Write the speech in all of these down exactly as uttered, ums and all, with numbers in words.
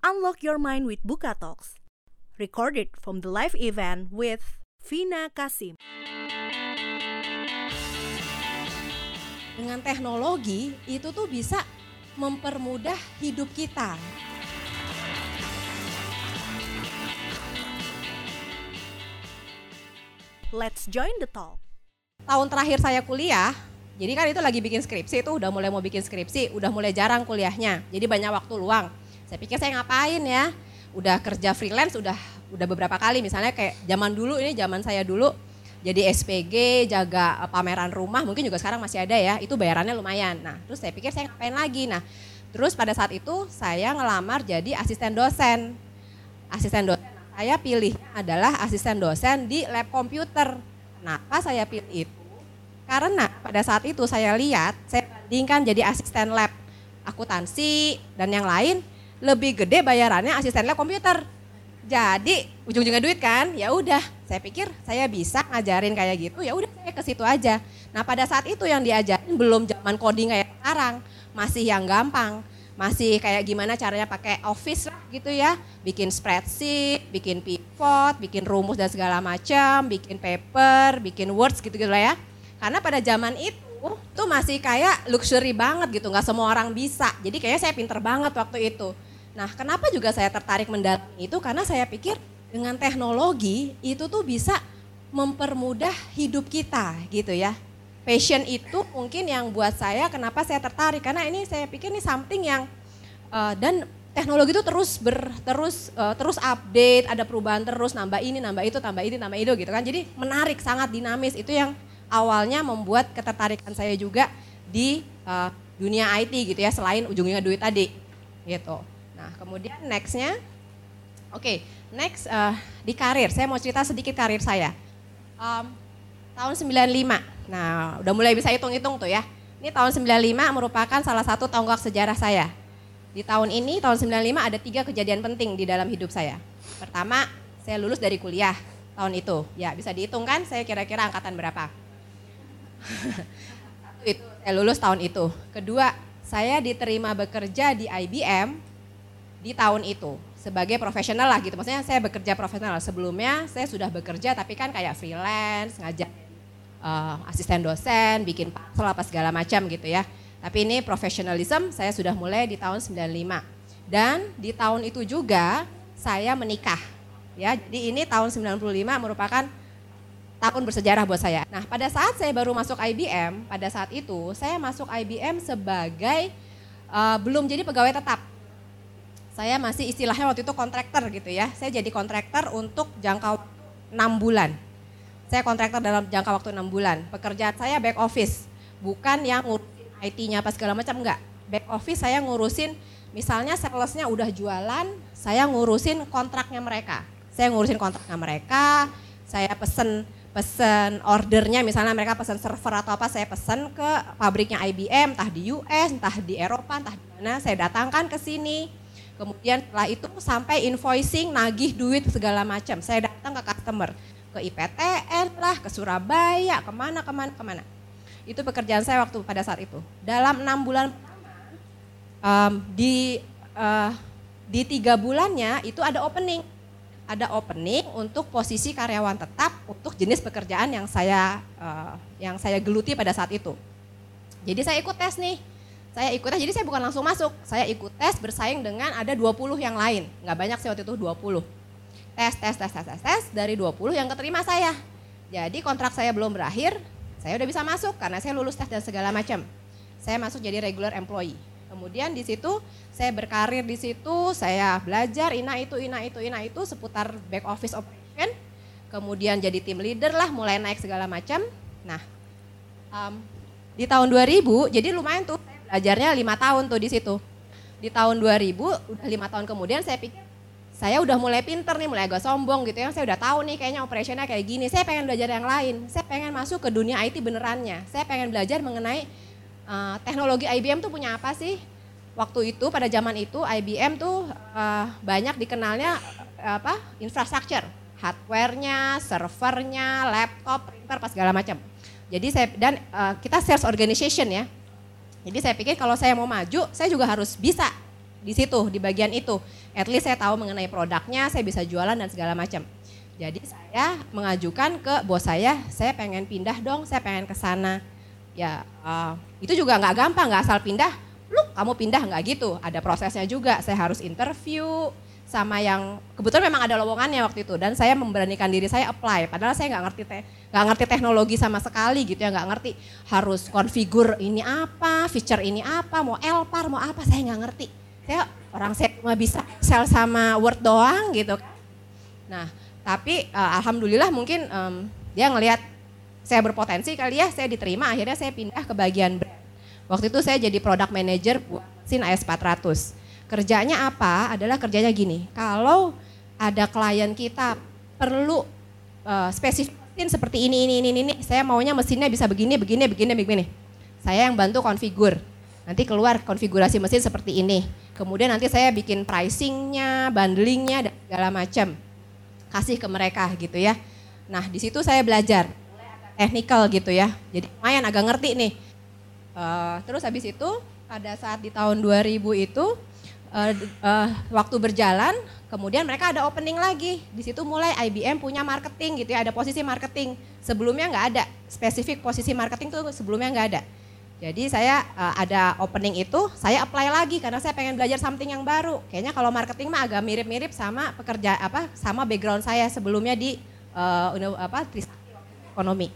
Unlock your mind with Buka Talks. Recorded from the live event with Vina Kasim. Dengan teknologi itu tuh bisa mempermudah hidup kita. Let's join the talk. Tahun terakhir saya kuliah, jadi kan itu lagi bikin skripsi, itu udah mulai mau bikin skripsi, udah mulai jarang kuliahnya, jadi banyak waktu luang. Saya pikir saya ngapain ya, udah kerja freelance, udah udah beberapa kali, misalnya kayak zaman dulu, ini zaman saya dulu, jadi S P G, jaga pameran rumah, mungkin juga sekarang masih ada ya, itu bayarannya lumayan. Nah terus saya pikir saya ngapain lagi, nah terus pada saat itu saya ngelamar jadi asisten dosen. Asisten dosen, saya pilih adalah asisten dosen di lab komputer. Kenapa saya pilih itu? Karena pada saat itu saya lihat, saya bandingkan jadi asisten lab akuntansi dan yang lain, lebih gede bayarannya asisten lab komputer. Jadi ujung-ujungnya duit kan, ya udah. Saya pikir saya bisa ngajarin kayak gitu, ya udah saya ke situ aja. Nah pada saat itu yang diajarin belum zaman coding kayak sekarang, masih yang gampang, masih kayak gimana caranya pakai Office lah gitu ya, bikin spreadsheet, bikin pivot, bikin rumus dan segala macam, bikin paper, bikin words gitu-gitu lah ya. Karena pada zaman itu tuh masih kayak luxury banget gitu, nggak semua orang bisa. Jadi kayaknya saya pinter banget waktu itu. Nah kenapa juga saya tertarik mendalami itu, karena saya pikir dengan teknologi itu tuh bisa mempermudah hidup kita gitu ya. Passion itu mungkin yang buat saya kenapa saya tertarik, karena ini saya pikir ini something yang uh, dan teknologi itu terus ber, terus uh, terus update, ada perubahan terus, nambah ini, nambah itu, tambah ini, tambah itu gitu kan. Jadi menarik, sangat dinamis, itu yang awalnya membuat ketertarikan saya juga di uh, dunia I T gitu ya, selain ujungnya duit tadi gitu. Nah kemudian nextnya, oke okay, next uh, di karir, saya mau cerita sedikit karir saya. Um, tahun sembilan puluh lima, nah udah mulai bisa hitung-hitung tuh ya. Ini tahun sembilan puluh lima merupakan salah satu tonggak sejarah saya. Di tahun ini, tahun sembilan puluh lima ada tiga kejadian penting di dalam hidup saya. Pertama, saya lulus dari kuliah tahun itu. Ya bisa dihitung kan, saya kira-kira angkatan berapa. Itu, saya lulus tahun itu. Kedua, saya diterima bekerja di I B M di tahun itu sebagai profesional lah gitu, maksudnya saya bekerja profesional. Sebelumnya saya sudah bekerja tapi kan kayak freelance, ngajak uh, asisten dosen, bikin parsel apa segala macam gitu ya. Tapi ini profesionalism saya sudah mulai di tahun sembilan puluh lima. Dan di tahun itu juga saya menikah ya. Jadi ini tahun sembilan puluh lima merupakan tahun bersejarah buat saya. Nah pada saat saya baru masuk I B M, pada saat itu saya masuk I B M sebagai uh, belum jadi pegawai tetap. Saya masih istilahnya waktu itu kontraktor gitu ya. Saya jadi kontraktor untuk jangka enam bulan. Saya kontraktor dalam jangka waktu enam bulan. Pekerjaan saya back office, bukan yang ngurusin I T-nya apa segala macam, enggak. Back office saya ngurusin, misalnya salesnya udah jualan, saya ngurusin kontraknya mereka. Saya ngurusin kontraknya mereka, saya pesen pesen ordernya, misalnya mereka pesen server atau apa, saya pesen ke pabriknya I B M, entah di U S, entah di Eropa, entah di mana, saya datangkan ke sini. Kemudian setelah itu sampai invoicing, nagih duit segala macam. Saya datang ke customer, ke I P T N lah, ke Surabaya, kemana, kemana, kemana. Itu pekerjaan saya waktu pada saat itu. Dalam enam bulan pertama, um, di uh, di tiga bulannya itu ada opening, ada opening untuk posisi karyawan tetap untuk jenis pekerjaan yang saya uh, yang saya geluti pada saat itu. Jadi saya ikut tes nih. Saya ikut tes, jadi saya bukan langsung masuk, saya ikut tes bersaing dengan ada dua puluh yang lain, nggak banyak sih waktu itu, dua puluh. Tes, tes, tes, tes, tes, tes, dari dua puluh yang keterima saya. Jadi kontrak saya belum berakhir, saya udah bisa masuk karena saya lulus tes dan segala macam. Saya masuk jadi regular employee. Kemudian di situ saya berkarir di situ, saya belajar ina itu, ina itu, ina itu seputar back office operation. Kemudian jadi team leader lah, mulai naik segala macam. Nah, um, di tahun dua ribu, jadi lumayan tuh. Belajarnya lima tahun tuh di situ. Di tahun dua ribu, udah lima tahun kemudian saya pikir, saya udah mulai pinter nih, mulai agak sombong gitu ya. Saya udah tahu nih kayaknya operationnya kayak gini. Saya pengen belajar yang lain. Saya pengen masuk ke dunia I T benerannya. Saya pengen belajar mengenai uh, teknologi I B M tuh punya apa sih. Waktu itu, pada zaman itu I B M tuh uh, banyak dikenalnya uh, apa infrastruktur. Hardware-nya, servernya, laptop, printer, apa segala macam. Jadi saya, dan uh, kita sales organization ya. Jadi saya pikir kalau saya mau maju, saya juga harus bisa di situ, di bagian itu. At least saya tahu mengenai produknya, saya bisa jualan dan segala macam. Jadi saya mengajukan ke bos saya, saya pengen pindah dong, saya pengen ke sana. Ya uh, itu juga nggak gampang, nggak asal pindah, lu kamu pindah nggak gitu. Ada prosesnya juga, saya harus interview sama yang kebetulan memang ada lowongannya waktu itu. Dan saya memberanikan diri saya apply, padahal saya nggak ngerti te, nggak ngerti teknologi sama sekali gitu ya, nggak ngerti harus konfigur ini apa, feature ini apa, mau L P A R, mau apa, saya nggak ngerti. Saya orang saya cuma bisa Excel sama Word doang gitu. Nah tapi uh, alhamdulillah mungkin um, dia ngelihat saya berpotensi kali ya, saya diterima, akhirnya saya pindah ke bagian brand. Waktu itu saya jadi product manager buat mesin A S empat ratus. Kerjanya apa? Adalah kerjanya gini, kalau ada klien kita perlu uh, spesifik mesin seperti ini, ini, ini, ini, saya maunya mesinnya bisa begini, begini, begini, begini. Saya yang bantu konfigur, nanti keluar konfigurasi mesin seperti ini. Kemudian nanti saya bikin pricingnya, bundlingnya, dan segala macam. Kasih ke mereka gitu ya. Nah di situ saya belajar technical gitu ya. Jadi lumayan agak ngerti nih. Uh, terus habis itu pada saat di tahun dua ribu itu uh, uh, waktu berjalan, kemudian mereka ada opening lagi. Di situ mulai I B M punya marketing gitu ya. Ada posisi marketing. Sebelumnya nggak ada. Spesifik posisi marketing tuh sebelumnya nggak ada. Jadi saya uh, ada opening itu, saya apply lagi karena saya pengen belajar something yang baru. Kayaknya kalau marketing mah agak mirip-mirip sama pekerja apa sama background saya sebelumnya di uh, apa ekonomi.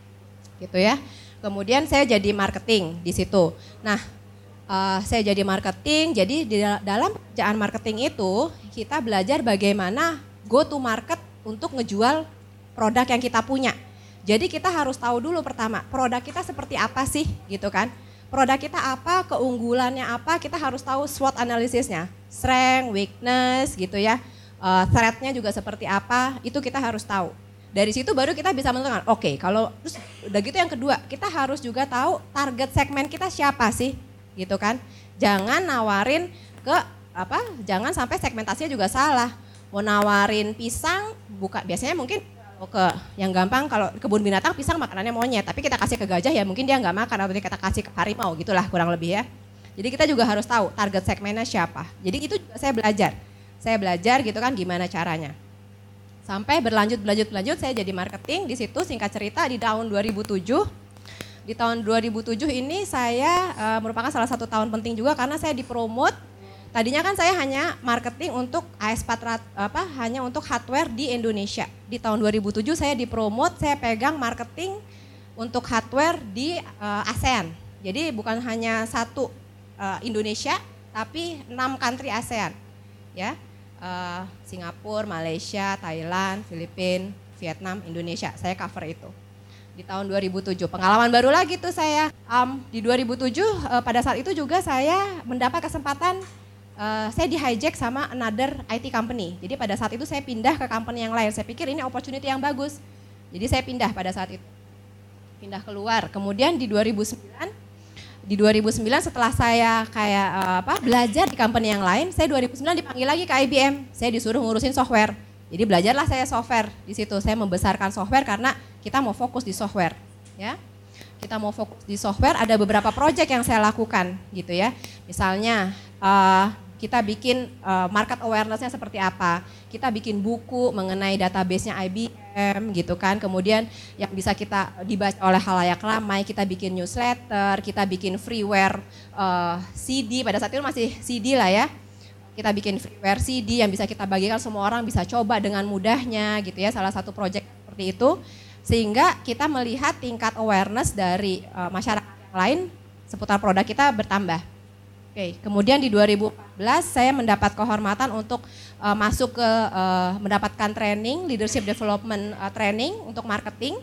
Gitu ya. Kemudian saya jadi marketing di situ. Nah, uh, saya jadi marketing. Jadi di dalam pekerjaan marketing itu kita belajar bagaimana go to market untuk ngejual produk yang kita punya. Jadi kita harus tahu dulu pertama, produk kita seperti apa sih gitu kan. Produk kita apa, keunggulannya apa, kita harus tahu SWOT analisisnya. Strength, weakness gitu ya, uh, threat-nya juga seperti apa, itu kita harus tahu. Dari situ baru kita bisa menentukan, oke okay, kalau terus udah gitu yang kedua, kita harus juga tahu target segmen kita siapa sih gitu kan. Jangan nawarin ke apa, jangan sampai segmentasinya juga salah. Mau nawarin pisang, buka biasanya mungkin ke yang gampang kalau kebun binatang pisang makanannya monyet, tapi kita kasih ke gajah ya mungkin dia nggak makan, atau kita kasih ke harimau gitulah kurang lebih ya. Jadi kita juga harus tahu target segmennya siapa. Jadi itu juga saya belajar, saya belajar gitu kan gimana caranya. Sampai berlanjut berlanjut berlanjut saya jadi marketing di situ. Singkat cerita di tahun dua ribu tujuh, di tahun dua ribu tujuh ini saya uh, merupakan salah satu tahun penting juga karena saya dipromot. Tadinya kan saya hanya marketing untuk A S empat ratus apa hanya untuk hardware di Indonesia. Di tahun dua ribu tujuh saya dipromot, saya pegang marketing untuk hardware di uh, ASEAN. Jadi bukan hanya satu uh, Indonesia, tapi enam country ASEAN. Ya. Uh, Singapura, Malaysia, Thailand, Filipina, Vietnam, Indonesia. Saya cover itu. Di tahun dua ribu tujuh. Pengalaman baru lagi tuh saya. Um, di dua ribu tujuh uh, pada saat itu juga saya mendapat kesempatan. Uh, saya di hijack sama another I T company. Jadi pada saat itu saya pindah ke company yang lain. Saya pikir ini opportunity yang bagus. Jadi saya pindah pada saat itu. Pindah keluar. Kemudian di dua ribu sembilan, di dua ribu sembilan setelah saya kayak uh, apa belajar di company yang lain, saya dua ribu sembilan dipanggil lagi ke I B M. Saya disuruh ngurusin software. Jadi belajarlah saya software di situ. Saya membesarkan software karena kita mau fokus di software, ya. Kita mau fokus di software. Ada beberapa project yang saya lakukan, gitu ya. Misalnya. Uh, Kita bikin uh, market awareness-nya seperti apa. Kita bikin buku mengenai database-nya I B M gitu kan. Kemudian yang bisa kita dibaca oleh khalayak ramai, kita bikin newsletter, kita bikin freeware uh, C D. Pada saat itu masih C D lah ya. Kita bikin freeware C D yang bisa kita bagikan semua orang bisa coba dengan mudahnya gitu ya. Salah satu project seperti itu. Sehingga kita melihat tingkat awareness dari uh, masyarakat yang lain seputar produk kita bertambah. Oke, kemudian di dua ribu empat belas saya mendapat kehormatan untuk uh, masuk ke uh, mendapatkan training, leadership development uh, training untuk marketing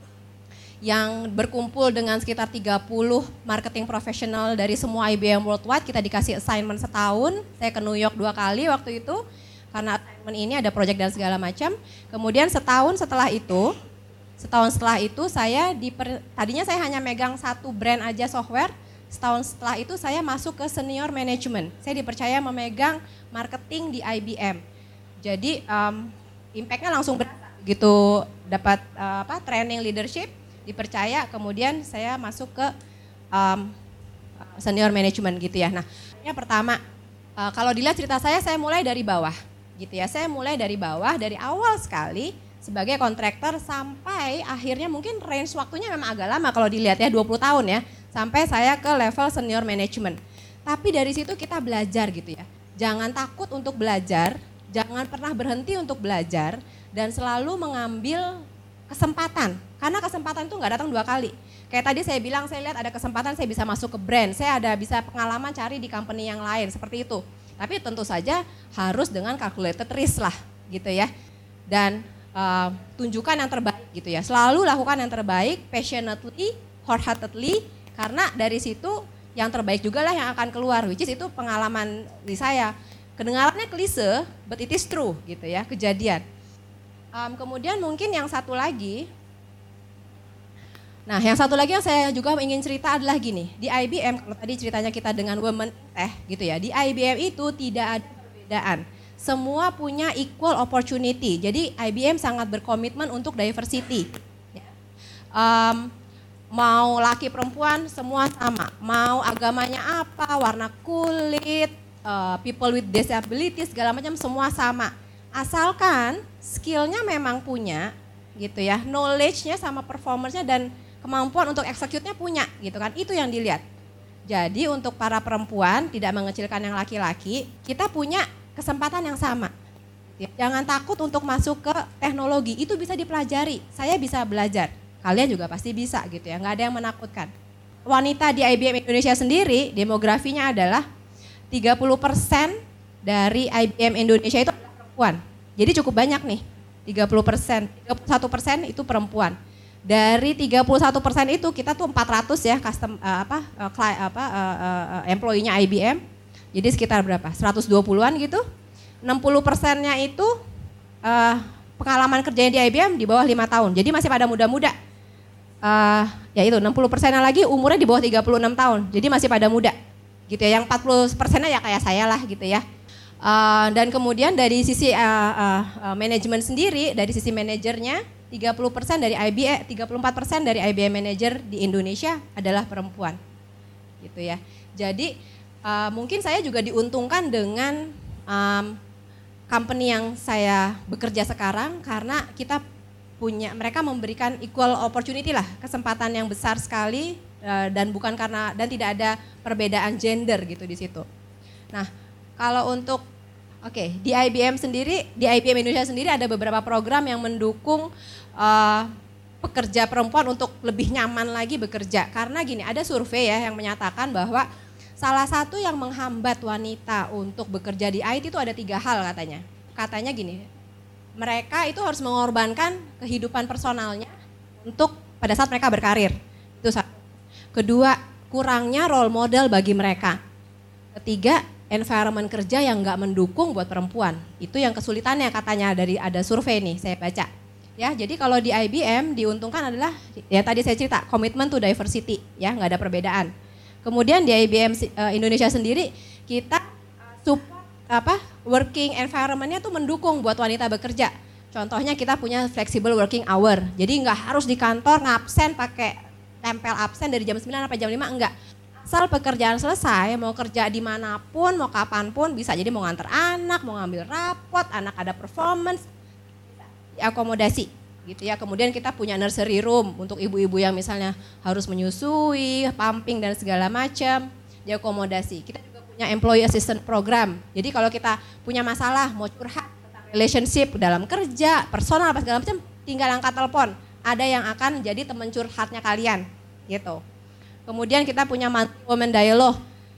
yang berkumpul dengan sekitar tiga puluh marketing profesional dari semua I B M worldwide. Kita dikasih assignment setahun, saya ke New York dua kali waktu itu karena assignment ini ada project dan segala macam. Kemudian setahun setelah itu, setahun setelah itu saya diper, tadinya saya hanya megang satu brand aja software. Setahun setelah itu saya masuk ke senior management. Saya dipercaya memegang marketing di I B M. Jadi um, impact-nya langsung berasa gitu, dapat uh, apa training leadership, dipercaya. Kemudian saya masuk ke um, senior management gitu ya. Nah, yang pertama Uh, kalau dilihat cerita saya, saya mulai dari bawah, gitu ya. Saya mulai dari bawah, dari awal sekali sebagai kontraktor sampai akhirnya mungkin range waktunya memang agak lama kalau dilihat ya, dua puluh tahun ya, sampai saya ke level senior management. Tapi dari situ kita belajar gitu ya. Jangan takut untuk belajar, jangan pernah berhenti untuk belajar, dan selalu mengambil kesempatan. Karena kesempatan itu nggak datang dua kali. Kayak tadi saya bilang, saya lihat ada kesempatan saya bisa masuk ke brand, saya ada bisa pengalaman cari di company yang lain, seperti itu. Tapi tentu saja harus dengan calculated risk lah gitu ya. Dan uh, tunjukkan yang terbaik gitu ya. Selalu lakukan yang terbaik, passionately, wholeheartedly, karena dari situ yang terbaik juga lah yang akan keluar, which is itu pengalaman di saya. Kedengarannya klise, but it is true gitu ya, kejadian. Um, kemudian mungkin yang satu lagi, Nah, yang satu lagi yang saya juga ingin cerita adalah gini, di I B M, kalau tadi ceritanya kita dengan Women Tech gitu ya, di I B M itu tidak ada perbedaan. Semua punya equal opportunity, jadi I B M sangat berkomitmen untuk diversity. Um, mau laki perempuan semua sama, mau agamanya apa, warna kulit, uh, people with disabilities, segala macam semua sama. Asalkan skillnya memang punya gitu ya, knowledge-nya sama performance-nya dan kemampuan untuk execute-nya punya gitu kan, itu yang dilihat. Jadi untuk para perempuan, tidak mengecilkan yang laki-laki, kita punya kesempatan yang sama. Jangan takut untuk masuk ke teknologi, itu bisa dipelajari, saya bisa belajar, kalian juga pasti bisa gitu ya, nggak ada yang menakutkan. Wanita di I B M Indonesia sendiri, demografinya adalah tiga puluh persen dari I B M Indonesia itu adalah perempuan. Jadi cukup banyak nih, tiga puluh persen, tiga puluh satu persen itu perempuan. Dari tiga puluh satu persen itu kita tuh empat ratus ya custom uh, apa uh, client, apa uh, uh, employee-nya I B M. Jadi sekitar berapa? seratus dua puluhan gitu. enam puluh persennya itu uh, pengalaman kerjanya di I B M di bawah lima tahun. Jadi masih pada muda-muda. Uh, ya itu enam puluh persennya lagi umurnya di bawah tiga puluh enam tahun. Jadi masih pada muda. Gitu ya. Yang empat puluh persennya ya kayak saya lah gitu ya. Uh, dan kemudian dari sisi uh, uh, uh, manajemen sendiri, dari sisi manajernya tiga puluh persen dari I B M, tiga puluh empat persen dari I B M manager di Indonesia adalah perempuan. Gitu ya. Jadi uh, mungkin saya juga diuntungkan dengan um, company yang saya bekerja sekarang karena kita punya, mereka memberikan equal opportunity lah, kesempatan yang besar sekali uh, dan bukan karena, dan tidak ada perbedaan gender gitu di situ. Nah, kalau untuk oke, okay, di I B M sendiri, di I B M Indonesia sendiri ada beberapa program yang mendukung uh, pekerja perempuan untuk lebih nyaman lagi bekerja. Karena gini, ada survei ya yang menyatakan bahwa salah satu yang menghambat wanita untuk bekerja di I T itu ada tiga hal katanya. Katanya gini, mereka itu harus mengorbankan kehidupan personalnya untuk pada saat mereka berkarir. Itu satu. Kedua, kurangnya role model bagi mereka. Ketiga, environment kerja yang nggak mendukung buat perempuan. Itu yang kesulitannya katanya, dari ada survei nih saya baca. Ya, jadi kalau di I B M diuntungkan adalah ya tadi saya cerita commitment to diversity, ya nggak ada perbedaan. Kemudian di I B M uh, Indonesia sendiri kita support apa working environment-nya tuh mendukung buat wanita bekerja. Contohnya kita punya flexible working hour. Jadi nggak harus di kantor ngabsen pakai tempel absen dari jam sembilan sampai jam lima, enggak. Asal pekerjaan selesai, mau kerja dimanapun, mau kapanpun bisa. Jadi mau nganter anak, mau ngambil rapot, anak ada performance, diakomodasi gitu ya. Kemudian kita punya nursery room untuk ibu-ibu yang misalnya harus menyusui, pumping dan segala macam, diakomodasi. Kita juga punya employee assistance program. Jadi kalau kita punya masalah, mau curhat tentang relationship dalam kerja, personal apa segala macam, tinggal angkat telepon. Ada yang akan jadi teman curhatnya kalian gitu. Kemudian kita punya women dialogue,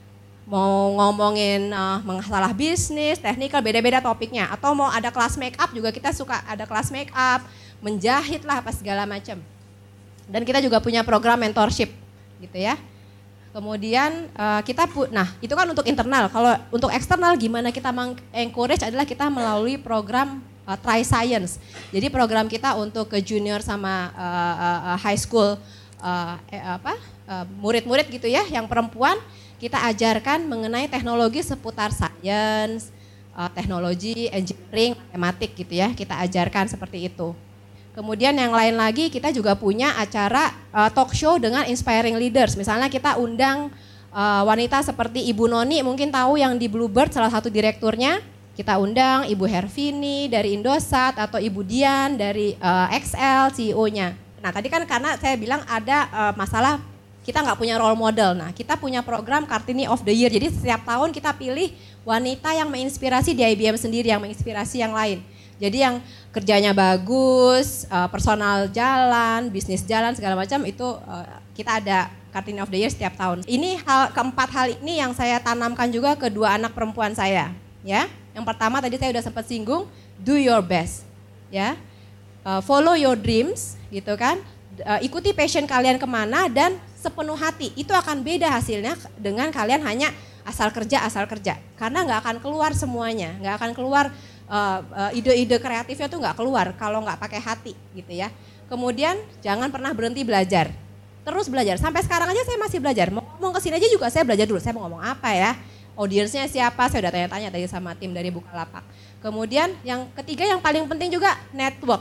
mau ngomongin uh, masalah bisnis, teknikal, beda-beda topiknya. Atau mau ada kelas make up juga, kita suka ada kelas make up, menjahit lah apa segala macam. Dan kita juga punya program mentorship gitu ya. Kemudian uh, kita, pu- nah itu kan untuk internal. Kalau untuk eksternal gimana kita meng-encourage adalah kita melalui program uh, Try Science. Jadi program kita untuk ke junior sama uh, uh, high school uh, eh, apa? Uh, murid-murid gitu ya, yang perempuan kita ajarkan mengenai teknologi seputar sains, uh, teknologi, engineering, matematik gitu ya, kita ajarkan seperti itu. Kemudian yang lain lagi kita juga punya acara uh, talk show dengan inspiring leaders. Misalnya kita undang uh, wanita seperti Ibu Noni mungkin tahu yang di Bluebird salah satu direkturnya. Kita undang Ibu Hervini dari Indosat atau Ibu Dian dari uh, X L C E O-nya. Nah tadi kan karena saya bilang ada uh, masalah kita nggak punya role model. Nah kita punya program Kartini of the Year. Jadi setiap tahun kita pilih wanita yang menginspirasi di I B M sendiri, yang menginspirasi yang lain. Jadi yang kerjanya bagus, uh, personal jalan, bisnis jalan segala macam itu uh, kita ada Kartini of the Year setiap tahun. Ini hal keempat hal ini yang saya tanamkan juga ke dua anak perempuan saya, ya. Yang pertama tadi saya udah sempat singgung, do your best, ya, uh, follow your dreams, gitu kan, uh, ikuti passion kalian kemana dan sepenuh hati. Itu akan beda hasilnya dengan kalian hanya asal kerja asal kerja, karena nggak akan keluar semuanya, nggak akan keluar uh, uh, ide-ide kreatifnya tuh nggak keluar kalau nggak pakai hati, gitu ya. Kemudian jangan pernah berhenti belajar, terus belajar. Sampai sekarang aja saya masih belajar. Mau ngomong kesini aja juga saya belajar dulu. Saya mau ngomong apa ya? Audiensnya siapa, saya udah tanya-tanya tadi sama tim dari Bukalapak. Kemudian yang ketiga yang paling penting juga network.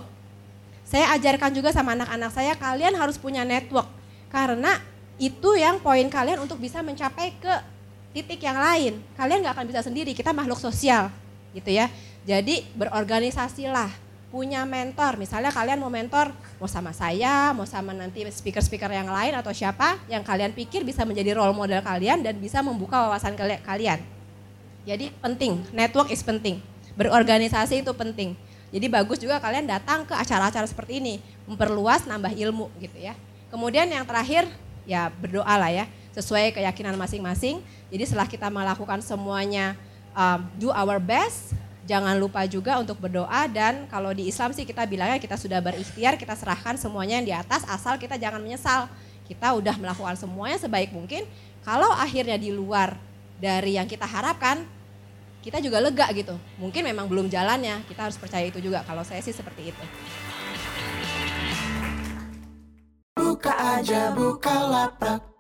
Saya ajarkan juga sama anak-anak saya, kalian harus punya network. Karena itu yang poin kalian untuk bisa mencapai ke titik yang lain. Kalian gak akan bisa sendiri, kita makhluk sosial gitu ya. Jadi berorganisasilah, punya mentor. Misalnya kalian mau mentor, mau sama saya, mau sama nanti speaker-speaker yang lain atau siapa yang kalian pikir bisa menjadi role model kalian dan bisa membuka wawasan kalian. Jadi penting, network is penting. Berorganisasi itu penting. Jadi bagus juga kalian datang ke acara-acara seperti ini, memperluas, nambah ilmu gitu ya. Kemudian yang terakhir, ya berdoa lah ya, sesuai keyakinan masing-masing. Jadi setelah kita melakukan semuanya, um, do our best, jangan lupa juga untuk berdoa. Dan kalau di Islam sih kita bilangnya kita sudah berikhtiar, kita serahkan semuanya yang di atas, asal kita jangan menyesal. Kita udah melakukan semuanya sebaik mungkin, kalau akhirnya di luar dari yang kita harapkan, kita juga lega gitu. Mungkin memang belum jalannya, kita harus percaya itu juga. Kalau saya sih seperti itu. Buka aja Bukalapak.